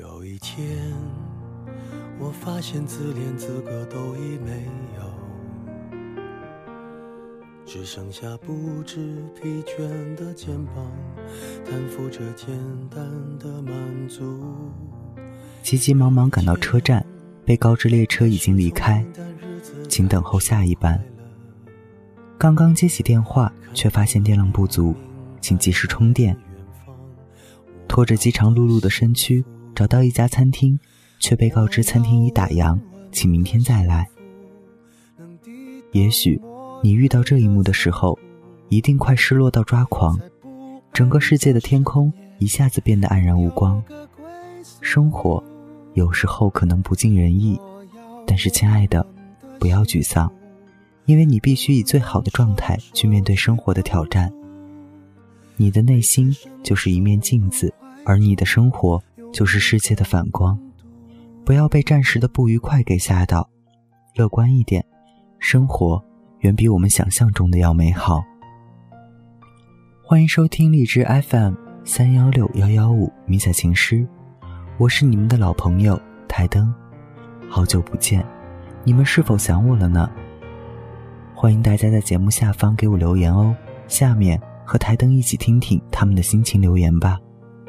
有一天我发现自怜资格都已没有，只剩下不知疲倦的肩膀，担负着简单的满足。 急急忙忙赶到车站，被告知列车已经离开，请等候下一班。刚刚接起电话，却发现电量不足，请及时充电。拖着饥肠辘辘的身躯找到一家餐厅，却被告知餐厅已打烊，请明天再来。也许你遇到这一幕的时候，一定快失落到抓狂，整个世界的天空一下子变得黯然无光。生活有时候可能不尽人意，但是亲爱的，不要沮丧，因为你必须以最好的状态去面对生活的挑战。你的内心就是一面镜子，而你的生活就是世界的反光。不要被暂时的不愉快给吓到，乐观一点，生活远比我们想象中的要美好。欢迎收听荔枝 FM316115 迷彩情诗，我是你们的老朋友台灯。好久不见，你们是否想我了呢？欢迎大家在节目下方给我留言哦，下面和台灯一起听听他们的心情留言吧。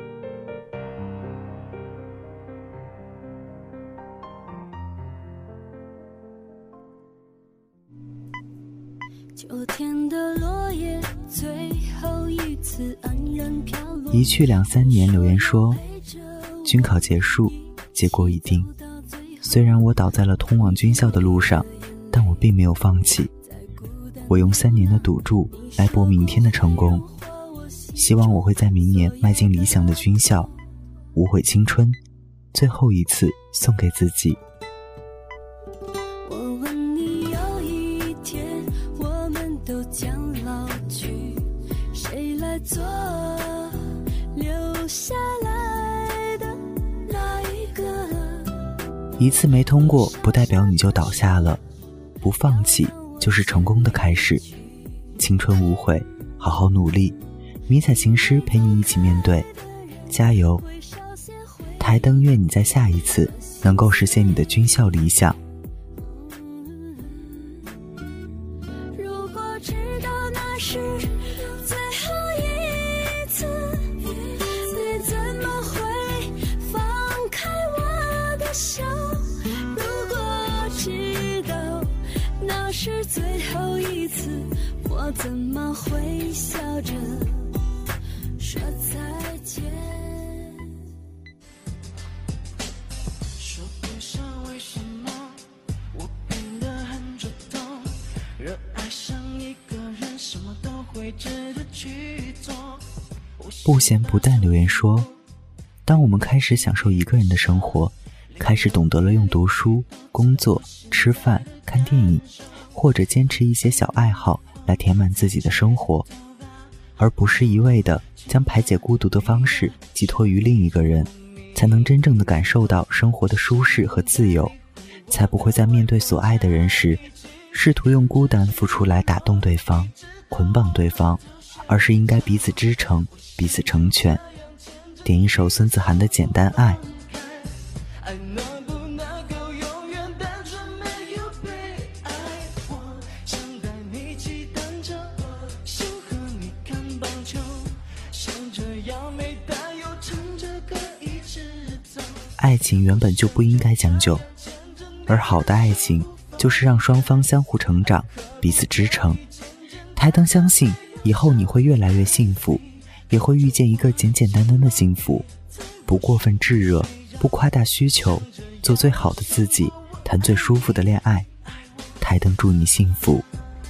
秋天的落叶最后一次安然飘落。 一去2-3年留言说，军考结束，结果已定。虽然我倒在了通往军校的路上，但我并没有放弃。我用3年的赌注来搏明天的成功，希望我会在明年迈进理想的军校，无悔青春，最后一次送给自己。 我问你，有一天我们都将老去，谁来做留下来的那一个？ 一次没通过不代表你就倒下了，不放弃就是成功的开始。青春无悔，好好努力，迷彩情诗陪你一起面对，加油！台灯愿你在下一次能够实现你的军校理想。 如果知道那是最后一次，你怎么会放开我的手？如果知道那是最后一次，我怎么会笑着说再见？ 说不上为什么我变得很主动，热爱上一个人，什么都会值得去做。 不咸不淡留言说，当我们开始享受一个人的生活，开始懂得了用读书、工作、吃饭、看电影，或者坚持一些小爱好来填满自己的生活，而不是一味的将排解孤独的方式寄托于另一个人，才能真正的感受到生活的舒适和自由，才不会在面对所爱的人时试图用孤单付出来打动对方、捆绑对方，而是应该彼此支撑、彼此成全。点一首孙子涵的《简单爱》。 爱能不能够永远单纯，没有被爱？我想带你骑单车，想和你看棒球，像这样没担忧，唱着歌一直走。 爱情原本就不应该将就，而好的爱情就是让双方相互成长，彼此支撑。台灯相信以后你会越来越幸福，也会遇见一个简简单单的幸福，不过分炙热，不夸大需求，做最好的自己，谈最舒服的恋爱。台灯祝你幸福。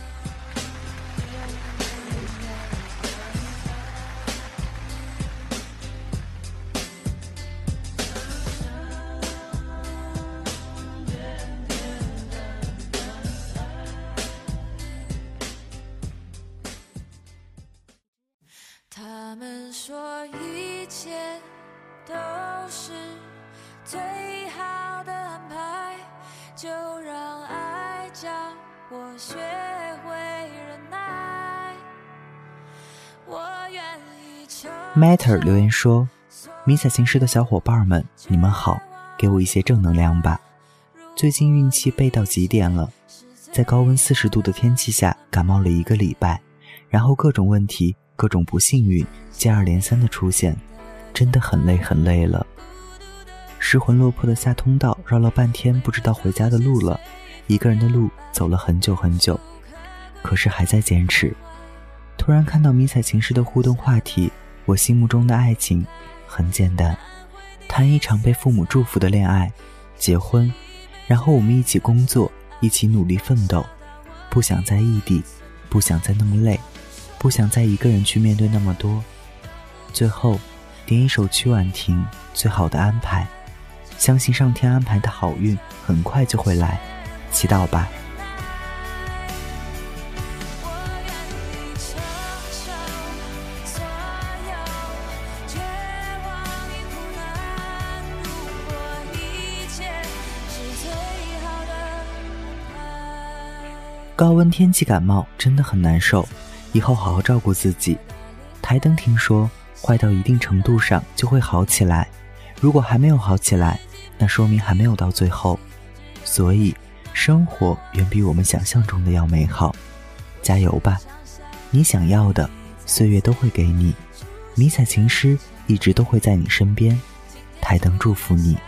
他们说一切都是最好的安排，就让爱教我学会忍耐。我愿意求 Matter 留言说， 迷彩情诗的小伙伴们，你们好，给我一些正能量吧。最近运气背到极点了，在高温40度的天气下感冒了1个礼拜，然后各种问题各种不幸运接二连三的出现，真的很累了。失魂落魄的下通道，绕了半天不知道回家的路了，一个人的路走了很久，可是还在坚持。突然看到迷彩情诗的互动话题，我心目中的爱情很简单，谈一场被父母祝福的恋爱，结婚，然后我们一起工作，一起努力奋斗，不想在异地，不想再那么累，不想再一个人去面对那么多。最后点一首曲婉婷最好的安排，相信上天安排的好运很快就会来，祈祷吧。高温天气感冒真的很难受，以后好好照顾自己。台灯听说坏到一定程度上就会好起来，如果还没有好起来，那说明还没有到最后。所以生活远比我们想象中的要美好，加油吧，你想要的岁月都会给你，迷彩情诗一直都会在你身边，台灯祝福你。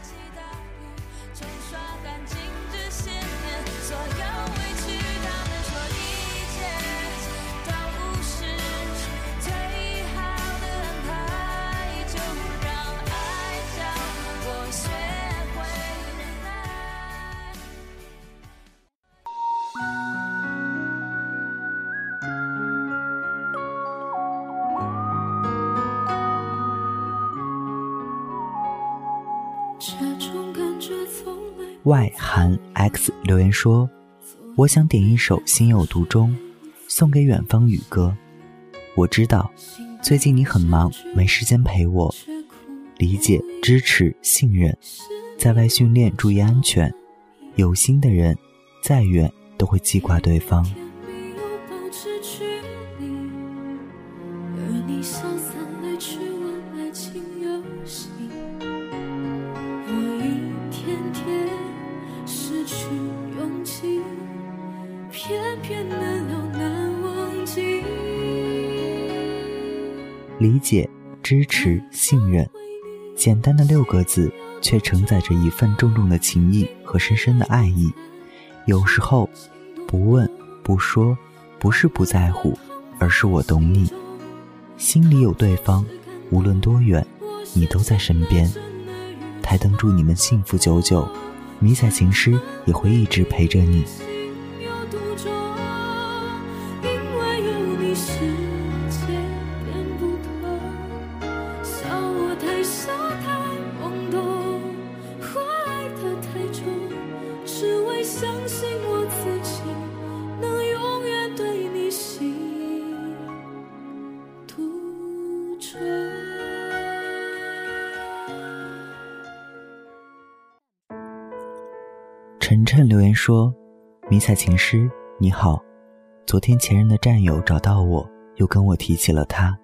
外韩 X 留言说，我想点一首心有独钟，送给远方宇哥。我知道最近你很忙，没时间陪我，理解支持信任，在外训练注意安全，有心的人再远都会记挂对方。理解支持信任，简单的6个字，却承载着一份重重的情谊和深深的爱意。有时候不问不说，不是不在乎，而是我懂你，心里有对方，无论多远你都在身边。台灯祝你们幸福久久，迷彩情诗也会一直陪着你。晨晨留言说，迷彩情诗你好，昨天前任的战友找到我，又跟我提起了他。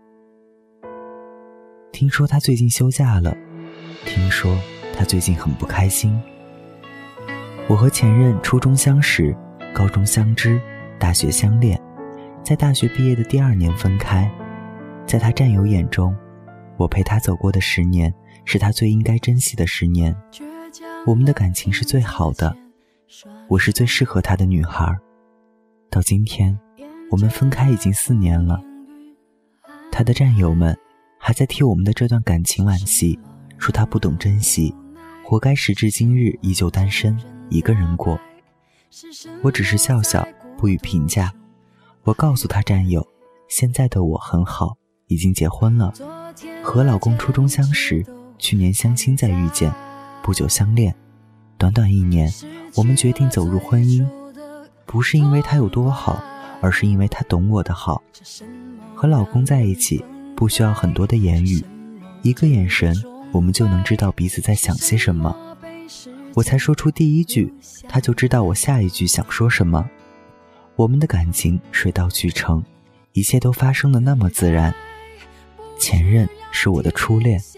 听说他最近休假了，听说他最近很不开心。我和前任初中相识，高中相知，大学相恋，在大学毕业的第2年分开。在他战友眼中，我陪他走过的10年是他最应该珍惜的10年。我们的感情是最好的，我是最适合他的女孩。到今天我们分开已经4年了，他的战友们还在替我们的这段感情惋惜，说他不懂珍惜，活该时至今日依旧单身一个人过。我只是笑笑不予评价。我告诉他战友，现在的我很好，已经结婚了，和老公初中相识，去年相亲再遇见，不久相恋，短短1年我们决定走入婚姻，不是因为他有多好，而是因为他懂我的好。和老公在一起不需要很多的言语，一个眼神我们就能知道彼此在想些什么。我才说出第1句，他就知道我下一句想说什么。我们的感情水到渠成，一切都发生得那么自然。前任是我的初恋，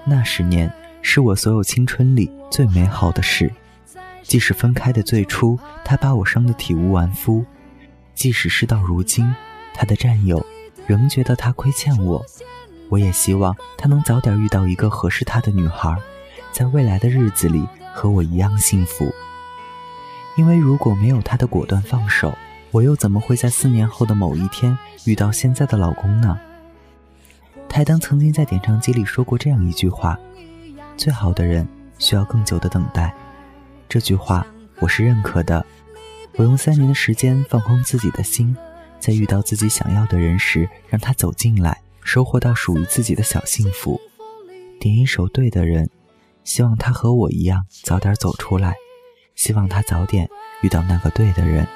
那10年是我所有青春里最美好的事。即使分开的最初，他把我伤得体无完肤；即使事到如今，他的战友仍觉得他亏欠我。我也希望他能早点遇到一个合适他的女孩，在未来的日子里和我一样幸福。因为如果没有他的果断放手，我又怎么会在4年后的某一天遇到现在的老公呢？台灯曾经在点唱机里说过这样一句话：最好的人需要更久的等待。这句话我是认可的。我用3年的时间放空自己的心，在遇到自己想要的人时让他走进来，收获到属于自己的小幸福。点一首对的人，希望他和我一样早点走出来，希望他早点遇到那个对的人。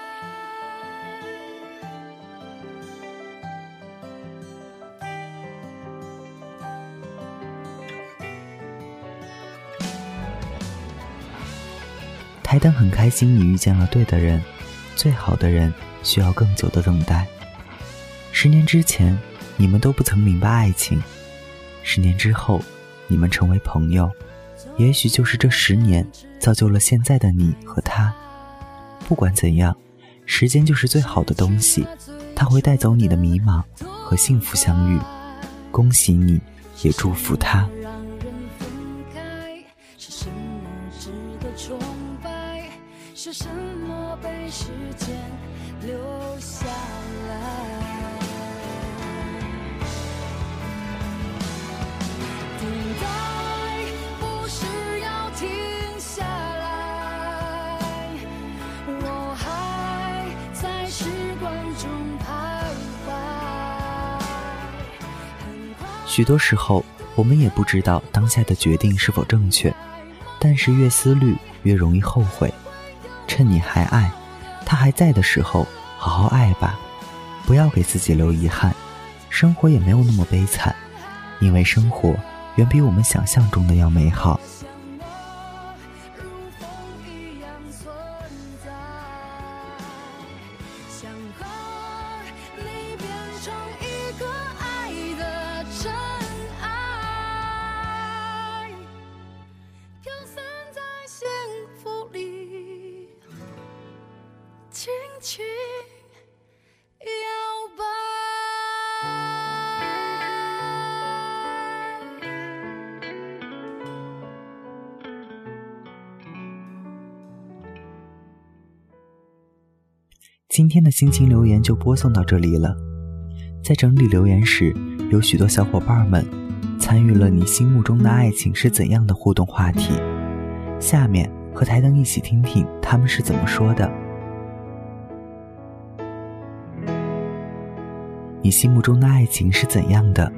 台灯很开心你遇见了对的人，最好的人需要更久的等待。10年之前，你们都不曾明白爱情；10年之后，你们成为朋友。也许就是这10年造就了现在的你和他。不管怎样，时间就是最好的东西，它会带走你的迷茫和幸福相遇。恭喜你，也祝福他。 让人分开，是什么值得崇拜？是什么被时间留下来？等待不是要停下来，我还在时光中徘徊。 许多时候，我们也不知道当下的决定是否正确，但是越思虑越容易后悔。趁你还爱，他还在的时候，好好爱吧，不要给自己留遗憾。生活也没有那么悲惨，因为生活远比我们想象中的要美好。 如风一样存在，想和你变成一个爱的真爱，飘散在幸福里，轻轻摇摆。 今天的心情留言就播送到这里了。在整理留言时，有许多小伙伴们参与了你心目中的爱情是怎样的互动话题。下面和台灯一起听听他们是怎么说的。你心目中的爱情是怎样的？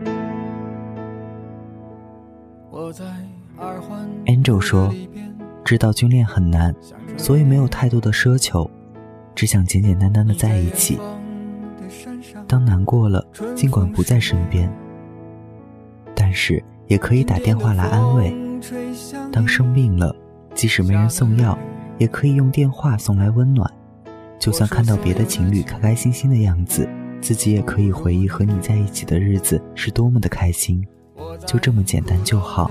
Angel 说，知道军恋很难，所以没有太多的奢求，只想简简单单的在一起。当难过了，尽管不在身边，但是也可以打电话来安慰。当生病了，即使没人送药，也可以用电话送来温暖。就算看到别的情侣开开心心的样子，自己也可以回忆和你在一起的日子是多么的开心。就这么简单就好。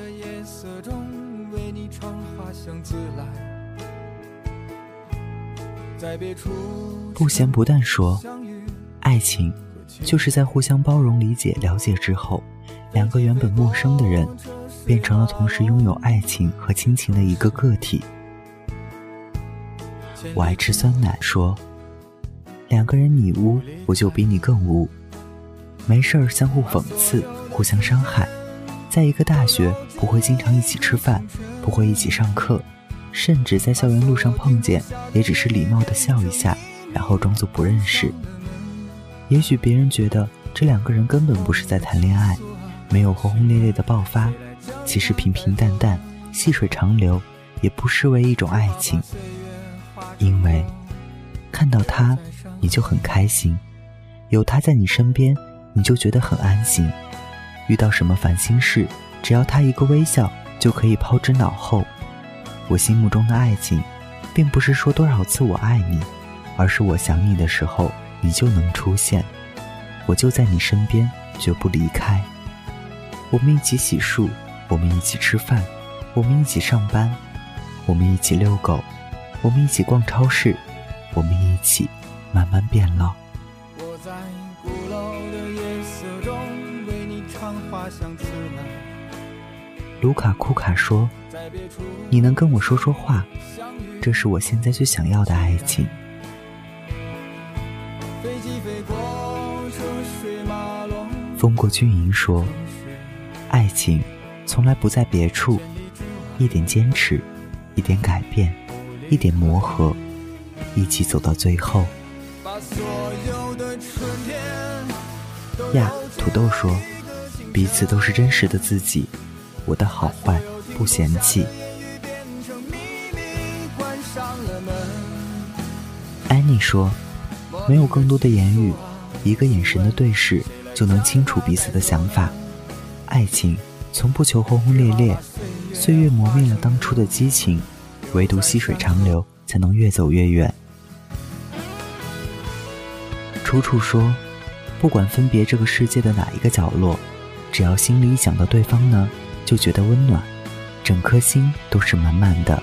不咸不淡说，爱情就是在互相包容、理解、了解之后，两个原本陌生的人变成了同时拥有爱情和亲情的一个个体。我爱吃酸奶说，两个人你污，我就比你更污，没事儿相互讽刺，互相伤害。在一个大学，不会经常一起吃饭，不会一起上课，甚至在校园路上碰见，也只是礼貌地笑一下，然后装作不认识。也许别人觉得这两个人根本不是在谈恋爱，没有轰轰烈烈的爆发，其实平平淡淡，细水长流，也不失为一种爱情。因为看到他，你就很开心，有他在你身边，你就觉得很安心。遇到什么烦心事，只要他一个微笑，就可以抛之脑后。我心目中的爱情，并不是说多少次我爱你，而是我想你的时候，你就能出现，我就在你身边，绝不离开。我们一起洗漱， 我们一起吃饭，我们一起上班，我们一起遛狗，我们一起逛超市，我们一起慢慢变老。 我在古老的夜色中为你唱花香自来。 卢卡库卡说，你能跟我说说话，这是我现在最想要的爱情。 飞机飞过车水马龙。 风过军营说，爱情从来不在别处，一点坚持，一点改变，一点磨合，一起走到最后。 把所有的春天呀，土豆说，彼此都是真实的自己，我的好坏不嫌弃。安妮说，没有更多的言语，一个眼神的对视就能清楚彼此的想法。爱情从不求轰轰烈烈，岁月磨灭了当初的激情，唯独细水长流才能越走越远。楚楚说，不管分别这个世界的哪一个角落，只要心里想到对方呢，就觉得温暖，整颗心都是满满的。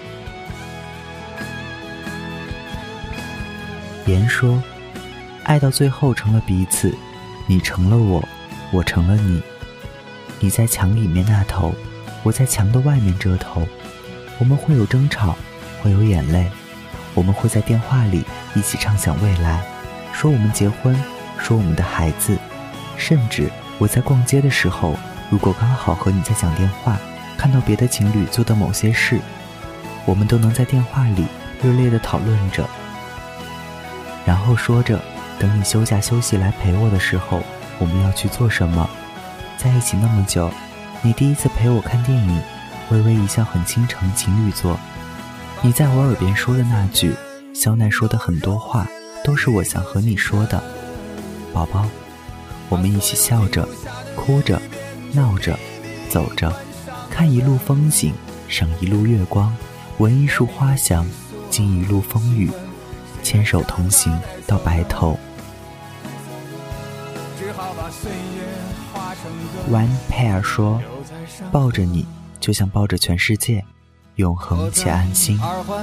言说，爱到最后成了彼此，你成了我，我成了你。你在墙里面那头，我在墙的外面这头。我们会有争吵，会有眼泪，我们会在电话里一起畅想未来，说我们结婚，说我们的孩子。甚至我在逛街的时候，如果刚好和你在讲电话，看到别的情侣做的某些事，我们都能在电话里热烈地讨论着，然后说着等你休假休息来陪我的时候，我们要去做什么。在一起那么久，你第一次陪我看电影，微微一笑很倾城情侣座。你在我耳边说的那句，肖奈说的很多话，都是我想和你说的。宝宝，我们一起笑着，哭着，闹着，走着，看一路风景，赏一路月光，闻一束花香，经一路风雨，牵手同行到白头。One Pair 说，抱着你就像抱着全世界，永恒且安心。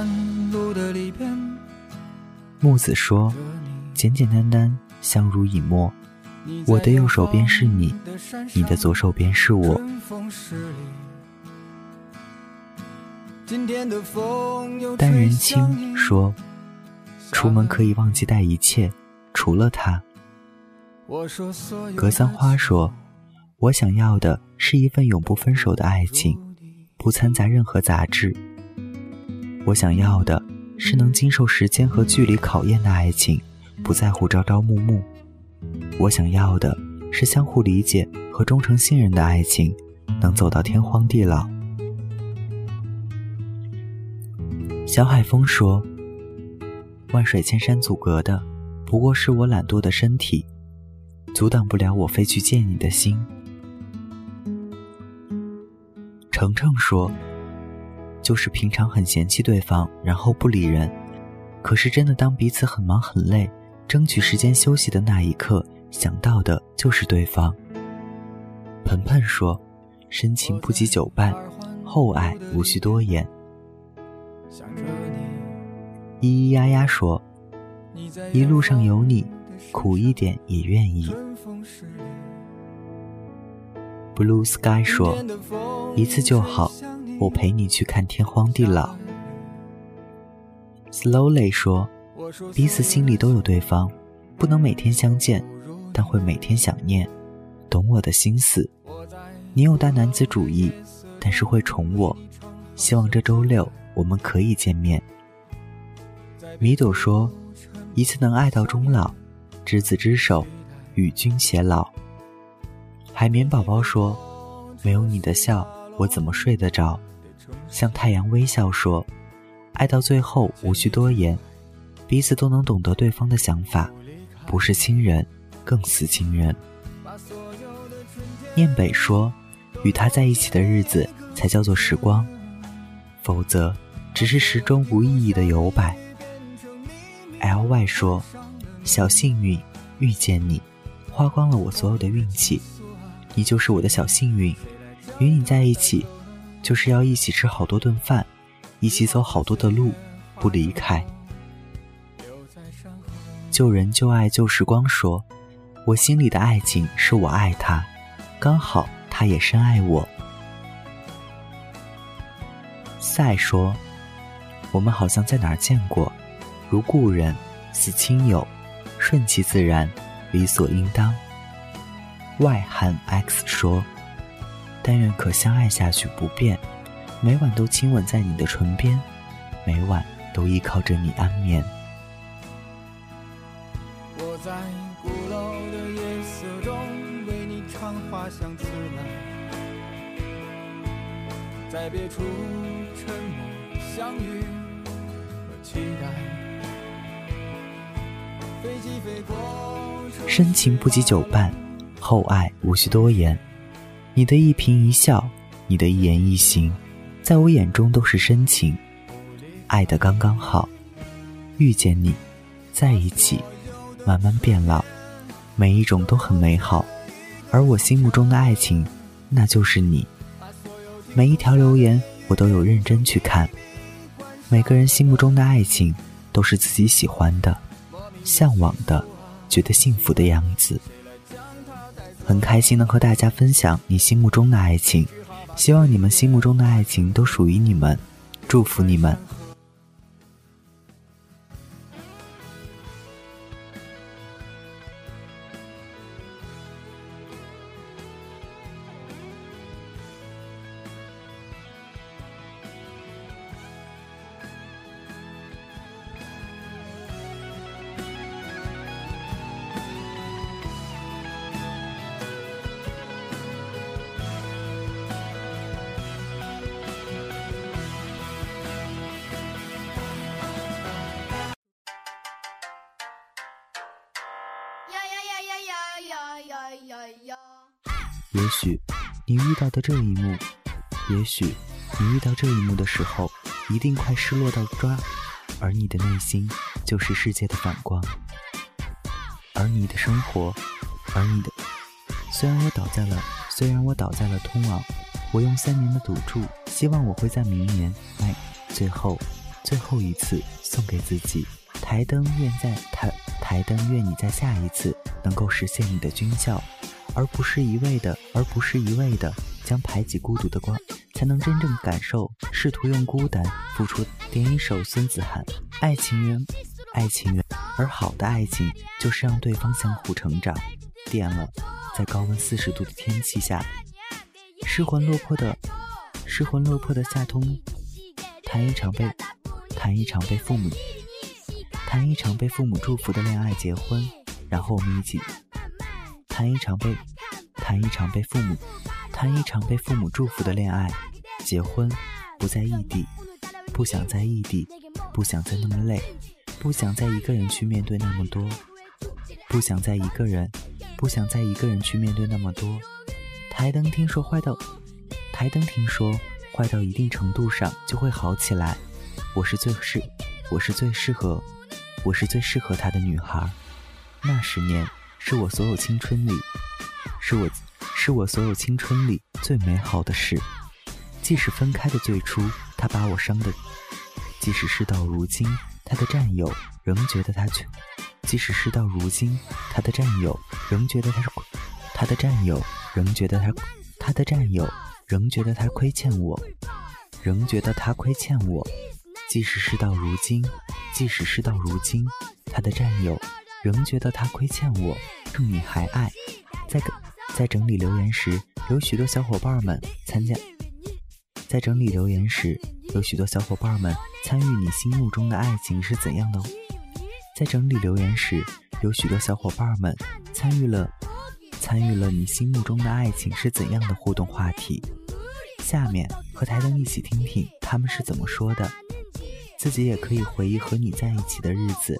木子说，简简单单，相濡以沫，我的右手边是你，你的左手边是我。单人清说，出门可以忘记带一切，除了他。格桑花说，我想要的是一份永不分手的爱情，不掺杂任何杂质。我想要的是能经受时间和距离考验的爱情，不在乎朝朝暮暮。我想要的是相互理解和忠诚信任的爱情，能走到天荒地老。小海风说，万水千山阻隔的不过是我懒惰的身体，阻挡不了我飞去见你的心。程程说，就是平常很嫌弃对方，然后不理人，可是真的当彼此很忙很累，争取时间休息的那一刻，想到的就是对方。盆盆说，深情不及久伴，厚爱无需多言。咿咿呀呀说，一路上有你，苦一点也愿意。Blue Sky 说，一次就好，我陪你去看天荒地老。Slowly 说，彼此心里都有对方，不能每天相见，但会每天想念，懂我的心思。你有大男子主义，但是会宠我，希望这周六我们可以见面。米朵说，一次能爱到终老，执子之手，与君偕老。海绵宝宝说，没有你的笑，我怎么睡得着？向太阳微笑说，爱到最后无需多言，彼此都能懂得对方的想法，不是亲人，更似亲人。念北说，与他在一起的日子才叫做时光，否则只是时钟无意义的摇摆。LY 说，小幸运遇见你，花光了我所有的运气，你就是我的小幸运，与你在一起就是要一起吃好多顿饭，一起走好多的路，不离开。旧人旧爱旧时光说，我心里的爱情是我爱他，刚好他也深爱我。赛说，我们好像在哪儿见过，如故人，似亲友，顺其自然，理所应当。外汉 X 说，但愿可相爱下去不变，每晚都亲吻在你的唇边，每晚都依靠着你安眠。 我在鼓楼的夜色中为你唱花香自来，在别处沉默相遇和期待，飞机飞过深情不及久伴，厚爱无需多言。你的一颦一笑，你的一言一行，在我眼中都是深情，爱得刚刚好。遇见你，在一起，慢慢变老，每一种都很美好。而我心目中的爱情，那就是你。每一条留言我都有认真去看，每个人心目中的爱情都是自己喜欢的，向往的，觉得幸福的样子。很开心能和大家分享你心目中的爱情，希望你们心目中的爱情都属于你们，祝福你们。也许你遇到的这一幕，也许你遇到这一幕的时候，一定快失落到抓，而你的内心就是世界的反光，而你的生活，而你的，虽然我倒在了通网，我用3年的赌注，希望我会在明年最后一次送给自己。台灯愿你在下一次能够实现你的军校，而不是一味的将排挤孤独的光，才能真正感受试图用孤单付出。点一首孙子涵，爱情缘，而好的爱情就是让对方相互成长。点了，在高温40度的天气下，失魂落魄的夏冬，谈一场被父母祝福的恋爱结婚，然后我们一起谈一场被父母祝福的恋爱结婚，不在异地，不想在异地，不想再那么累，不想再一个人去面对那么多，不想再一个人去面对那么多。台灯听说坏到一定程度上就会好起来。我是最适合他的女孩。那10年是我所有青春里最美好的事。即使分开的最初，他把我伤的，即使事到如今，他的战友仍觉得他亏欠我。即使事到如今，他的战友仍觉得他亏欠我，祝你还爱。在整理留言时，有许多小伙伴们参与你心目中的爱情是怎样的。在整理留言时，有许多小伙伴们参与了你心目中的爱情是怎样的互动话题。下面和台灯一起听听他们是怎么说的。自己也可以回忆和你在一起的日子，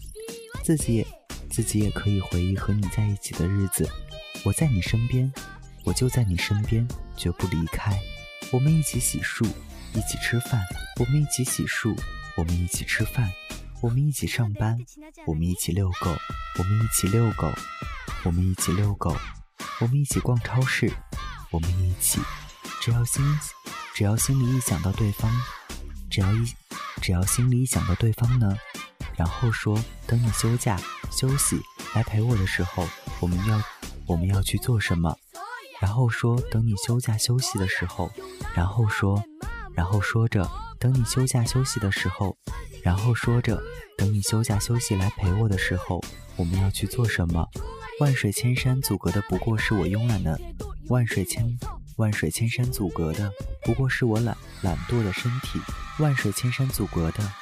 我在你身边，我就在你身边，绝不离开。我们一起洗漱，一起吃饭，我们一起洗漱，我们一起吃饭，我们一起上班，我们一起遛狗，我们一起遛狗，我们一起遛狗，我们一起逛超市，我们一起，只要只要心里一想到对方，只要心里一想到对方呢，然后说等你休假休息来陪我的时候，我们要去做什么？然后说等你休假休息的时候，然后说着等你休假休息的时候，然后说着等你休假休息来陪我的时候，我们要去做什么？万水千山阻隔的不过是我慵懒的万水千山阻隔的不过是我懒惰的身体，万水千山阻隔的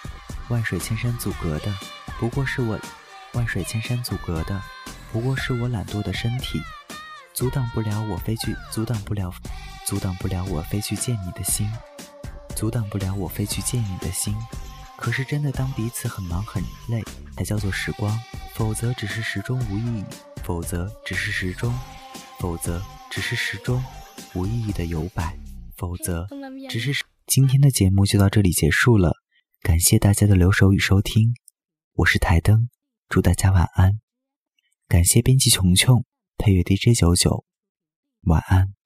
不过是我懒惰的身体，阻挡不了我飞去见你的心，可是真的当彼此很忙很累才叫做时光，否则只是时中无意义，无意义的游摆，今天的节目就到这里结束了，感谢大家的留守与收听，我是台灯，祝大家晚安。感谢编辑琼琼，配乐 DJ 99，晚安。